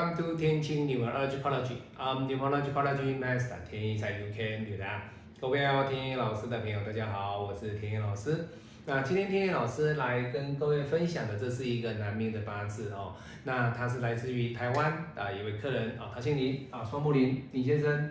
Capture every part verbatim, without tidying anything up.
Welcome to 天晴 Numerology College. I'm Numerology College Master 天一财 U K 女的。各位要天一老师的朋友，大家好，我是天一老师。那今天天一老师来跟各位分享的，这是一个男命的八字哦。那他是来自于台湾啊，一位客人啊，他姓林啊，双木林林先生。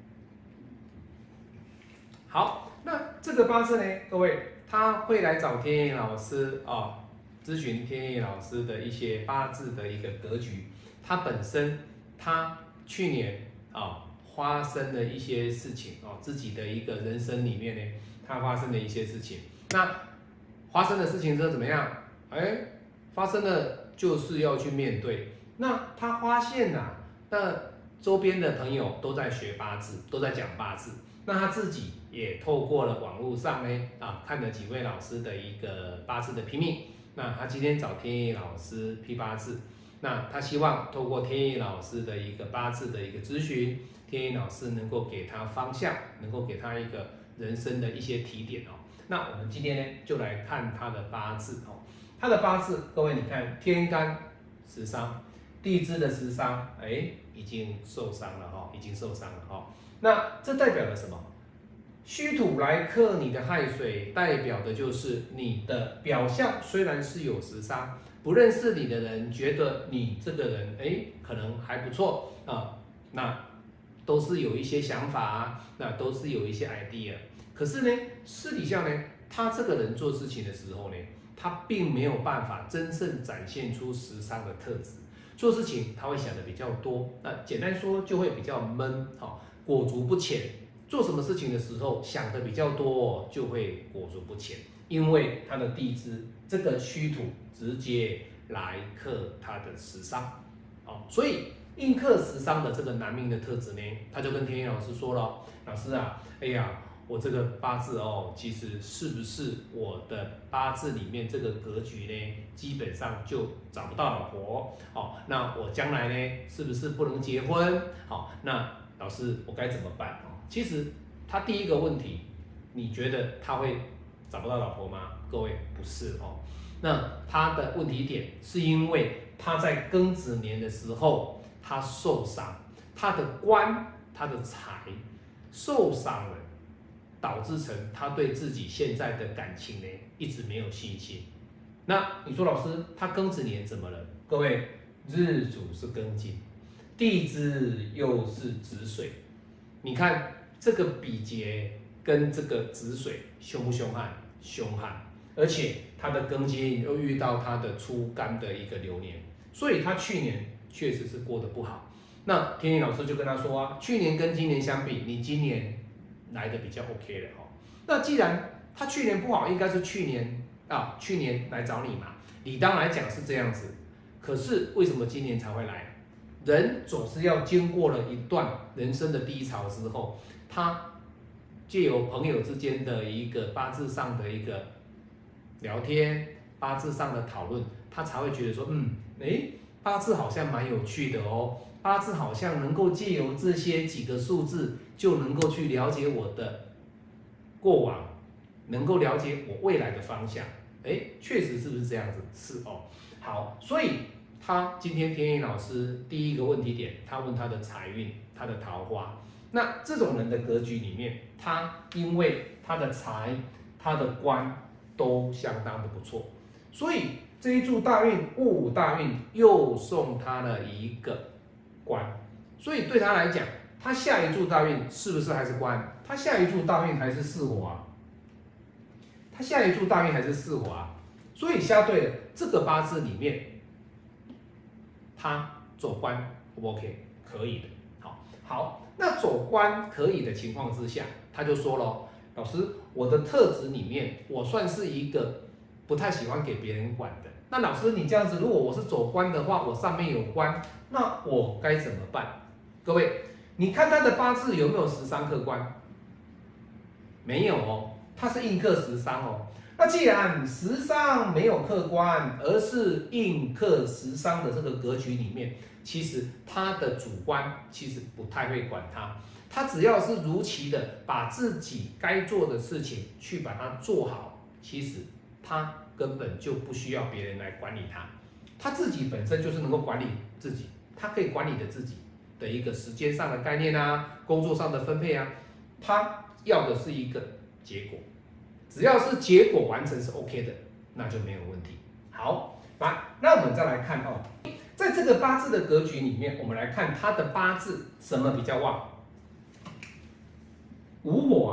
好，那这个八字呢，各位他会来找天一老师哦。咨询天意老师的一些八字的一个格局，他本身他去年啊、哦、发生的一些事情哦，自己的一个人生里面呢，他发生的一些事情，那发生的事情之后怎么样？哎，发生了就是要去面对。那他发现啊，那周边的朋友都在学八字，都在讲八字，那他自己也透过了网络上呢啊，看了几位老师的一个八字的批命。那他今天找天意老师批八字，那他希望透过天意老师的一个八字的一个咨询，天意老师能够给他方向，能够给他一个人生的一些提点哦。那我们今天呢，就来看他的八字哦。他的八字，各位你看，天干食伤，地支的食伤，哎，已经受伤了哈、哦，已经受伤了哈、哦。那这代表了什么？虚土来克你的亥水，代表的就是你的表象虽然是有食伤，不认识你的人觉得你这个人哎可能还不错啊，那都是有一些想法啊，那都是有一些 idea。可是呢，私底下呢，他这个人做事情的时候呢，他并没有办法真正展现出食伤的特质。做事情他会想的比较多，那简单说就会比较闷，好，裹足不前。做什么事情的时候想的比较多，就会裹足不前，因为他的地支这个虚土直接来克他的食伤，哦，所以印克食伤的这个男命的特质呢，他就跟天意老师说了，老师啊，哎呀，我这个八字哦，其实是不是我的八字里面这个格局呢，基本上就找不到老婆，哦，那我将来呢，是不是不能结婚？好，那老师我该怎么办？其实他第一个问题，你觉得他会找不到老婆吗？各位不是哦，那他的问题点是因为他在庚子年的时候他受伤，他的官、他的财受伤了，导致成他对自己现在的感情呢一直没有信心。那你说老师，他庚子年怎么了？各位，日主是庚金，地支又是子水，你看。这个比劫跟这个子水凶不凶悍？凶悍，而且他的庚金又遇到他的初干的一个流年，所以他去年确实是过得不好。那天意老师就跟他说啊，去年跟今年相比，你今年来的比较 OK 了哦。那既然他去年不好，应该是去年啊，去年来找你嘛，理当来讲是这样子。可是为什么今年才会来？人总是要经过了一段人生的低潮之后，他借由朋友之间的一个八字上的一个聊天，八字上的讨论，他才会觉得说，嗯，诶，八字好像蛮有趣的哦，八字好像能够借由这些几个数字，就能够去了解我的过往，能够了解我未来的方向。诶，确实是不是这样子？是哦。好，所以他今天天意老师第一个问题点，他问他的财运，他的桃花。那这种人的格局里面，他因为他的财、他的官都相当的不错，所以这一柱大运戊午大运又送他了一个官，所以对他来讲，他下一柱大运是不是还是官？他下一柱大运还是巳火啊？他下一柱大运还是巳火啊？所以相对的这个八字里面，他走官 O 不 OK？ 可以的。好，好，那走官可以的情况之下，他就说了，老师，我的特质里面，我算是一个不太喜欢给别人管的。那老师，你这样子，如果我是走官的话，我上面有官，那我该怎么办？各位，你看他的八字有没有食伤克官？没有哦，他是印克食伤哦。那既然食伤没有克官，而是印克食伤的这个格局里面，其实他的主官其实不太会管他，他只要是如期的把自己该做的事情去把它做好，其实他根本就不需要别人来管理他，他自己本身就是能够管理自己， 他可以管理的自己的一个时间上的概念啊，工作上的分配啊，他要的是一个结果，只要是结果完成是 OK 的，那就没有问题。好，来，那我们再来看哦，在这个八字的格局里面，我们来看他的八字什么比较旺？午火啊，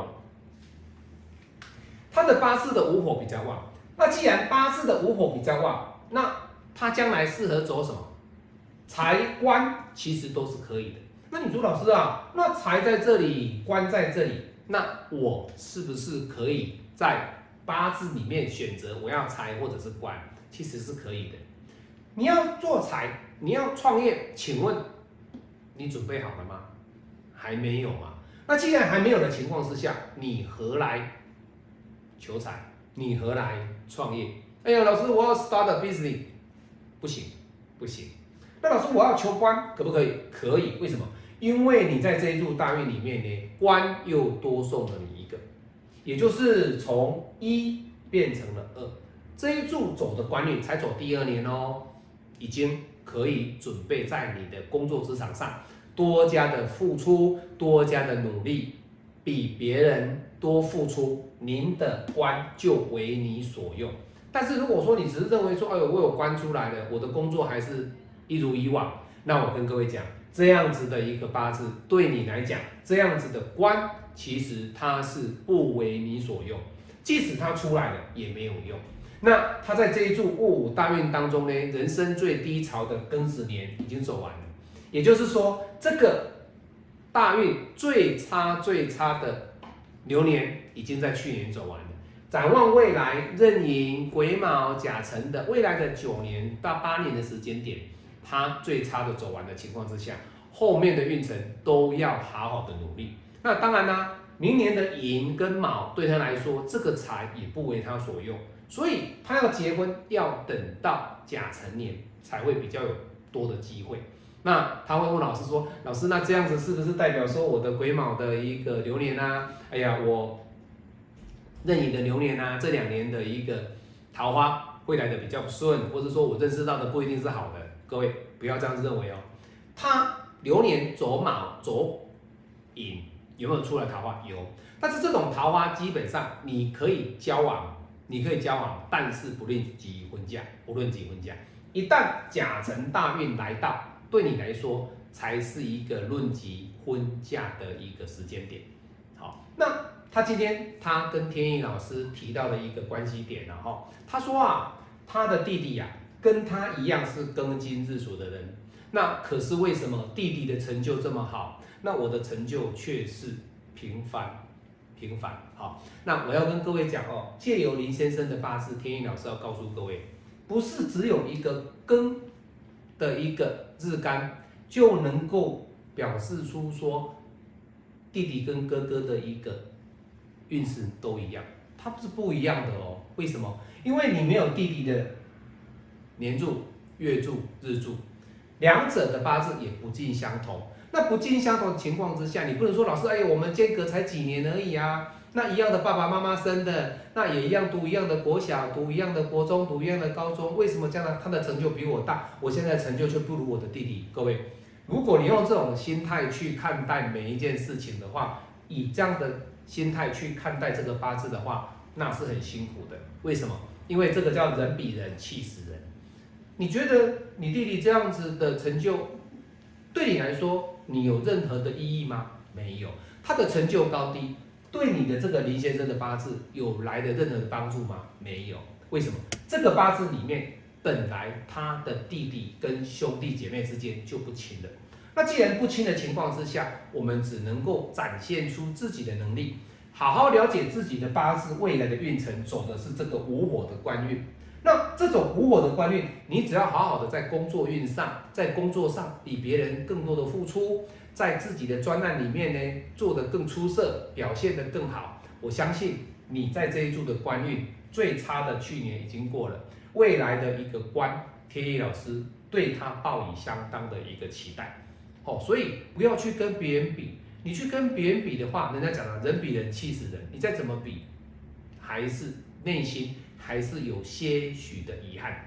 他的八字的午火比较旺。那既然八字的午火比较旺，那他将来适合走什么？财官其实都是可以的。那你说老师啊，那财在这里，官在这里，那我是不是可以在八字里面选择我要财或者是官？其实是可以的。你要做财，你要创业，请问你准备好了吗？还没有嘛？那既然还没有的情况之下，你何来求财？你何来创业？哎呀，老师，我要 start a business， 不行，不行。那老师，我要求官，可不可以？可以。为什么？因为你在这一柱大运里面呢，官又多送了你一个，也就是从一变成了二。这一柱走的官运才走第二年哦，已经可以准备在你的工作职场上多加的付出，多加的努力，比别人多付出，您的官就为你所用。但是如果说你只是认为说，哎呦，我有官出来了，我的工作还是一如以往，那我跟各位讲，这样子的一个八字对你来讲，这样子的官其实它是不为你所用，即使它出来了也没有用。那他在这一柱戊午大运当中呢，人生最低潮的庚子年已经走完了，也就是说，这个大运最差最差的流年已经在去年走完了。展望未来，壬寅、癸卯、甲辰的未来的九年到八年的时间点，它最差的走完的情况之下，后面的运程都要好好的努力。那当然啦，明年的寅跟卯对他来说，这个财也不为他所用。所以他要结婚，要等到甲辰年才会比较有多的机会。那他会问老师说：“老师，那这样子是不是代表说我的癸卯的一个流年啊？哎呀，我壬寅的流年啊，这两年的一个桃花会来的比较顺，或者说我认识到的不一定是好的。各位不要这样子认为哦。他流年走卯走寅，有没有出来桃花？有。但是这种桃花基本上你可以交往。”你可以交往，但是不论及婚嫁，不论及婚嫁。一旦甲辰大运来到，对你来说才是一个论及婚嫁的一个时间点。好，那他今天他跟天意老师提到的一个关系点，然后他说啊，他的弟弟啊跟他一样是庚金日主的人，那可是为什么弟弟的成就这么好，那我的成就却是平凡？平凡，好，那我要跟各位讲哦，借由林先生的八字，天意老师要告诉各位，不是只有一个庚的一个日干就能够表示出说弟弟跟哥哥的一个运势都一样，它不是不一样的哦。为什么？因为你没有弟弟的年柱、月柱、日柱，两者的八字也不尽相同。那不尽相同的情况之下，你不能说老师，哎，我们间隔才几年而已啊。那一样的爸爸妈妈生的，那也一样读一样的国小，读一样的国中，读一样的高中，为什么将来他的成就比我大，我现在成就却不如我的弟弟？各位，如果你用这种心态去看待每一件事情的话，以这样的心态去看待这个八字的话，那是很辛苦的。为什么？因为这个叫人比人气死人。你觉得你弟弟这样子的成就，对你来说，你有任何的意义吗？没有。他的成就高低，对你的这个林先生的八字有来的任何的帮助吗？没有。为什么？这个八字里面本来他的弟弟跟兄弟姐妹之间就不亲了。那既然不亲的情况之下，我们只能够展现出自己的能力，好好了解自己的八字未来的运程走的是这个午火的官运。那这种午火的官运，你只要好好的在工作运上，在工作上比别人更多的付出，在自己的专案里面呢做得更出色，表现得更好。我相信你在这一柱的官运最差的去年已经过了，未来的一个官，天意老师对他抱以相当的一个期待。哦，所以不要去跟别人比，你去跟别人比的话，人家讲了，人比人气死人，你再怎么比，还是内心还是有些许的遗憾。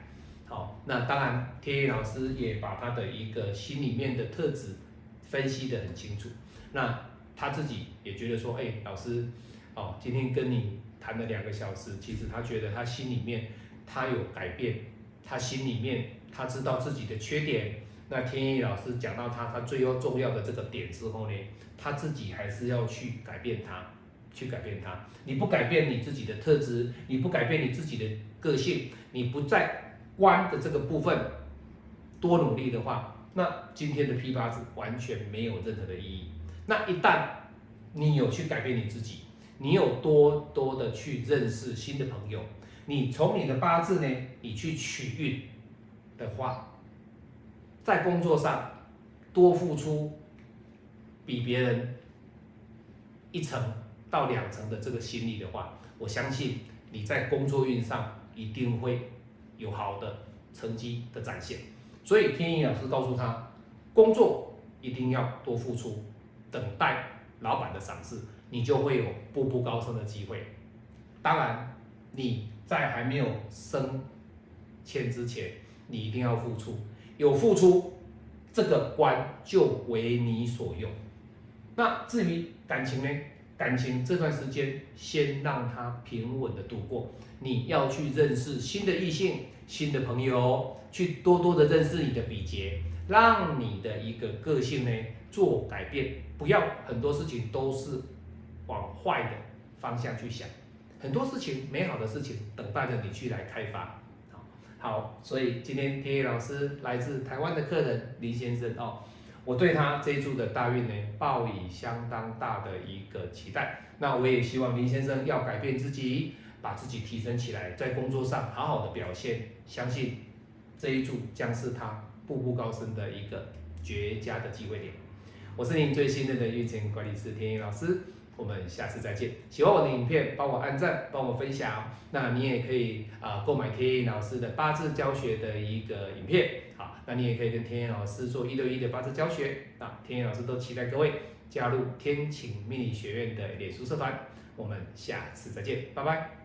好，那当然天意老师也把他的一个心里面的特质分析得很清楚。那他自己也觉得说，哎，老师，哦，今天跟你谈了两个小时，其实他觉得他心里面他有改变，他心里面他知道自己的缺点。那天意老师讲到他他最重要的这个点之后呢，他自己还是要去改变他，去改变他。你不改变你自己的特质，你不改变你自己的个性，你不在官的这个部分多努力的话，那今天的批八字完全没有任何的意义。那一旦你有去改变你自己，你有多多的去认识新的朋友，你从你的八字呢，你去取运的话，在工作上多付出比别人一层到两层的这个心力的话，我相信你在工作运上一定会有好的成绩的展现。所以天意老师告诉他，工作一定要多付出，等待老板的赏识，你就会有步步高升的机会。当然，你在还没有升迁之前，你一定要付出，有付出，这个官就为你所用。那至于感情呢？感情这段时间先让它平稳的度过，你要去认识新的异性、新的朋友，去多多的认识你的比劫，让你的一个个性呢做改变，不要很多事情都是往坏的方向去想，很多事情美好的事情等待着你去来开发。好，好，所以今天天意老师来自台湾的客人林先生哦。我对他这一注的大运呢，抱以相当大的一个期待。那我也希望林先生要改变自己，把自己提升起来，在工作上好好的表现。相信这一注将是他步步高升的一个绝佳的机会点。我是您最信任的运程管理师天意老师，我们下次再见。喜欢我的影片，帮我按赞，帮我分享。那你也可以啊购买天意老师的八字教学的一个影片。好，那你也可以跟天意老师做一对一的八字教学。那天意老师都期待各位加入天晴命理学院的脸书社团。我们下次再见，拜拜。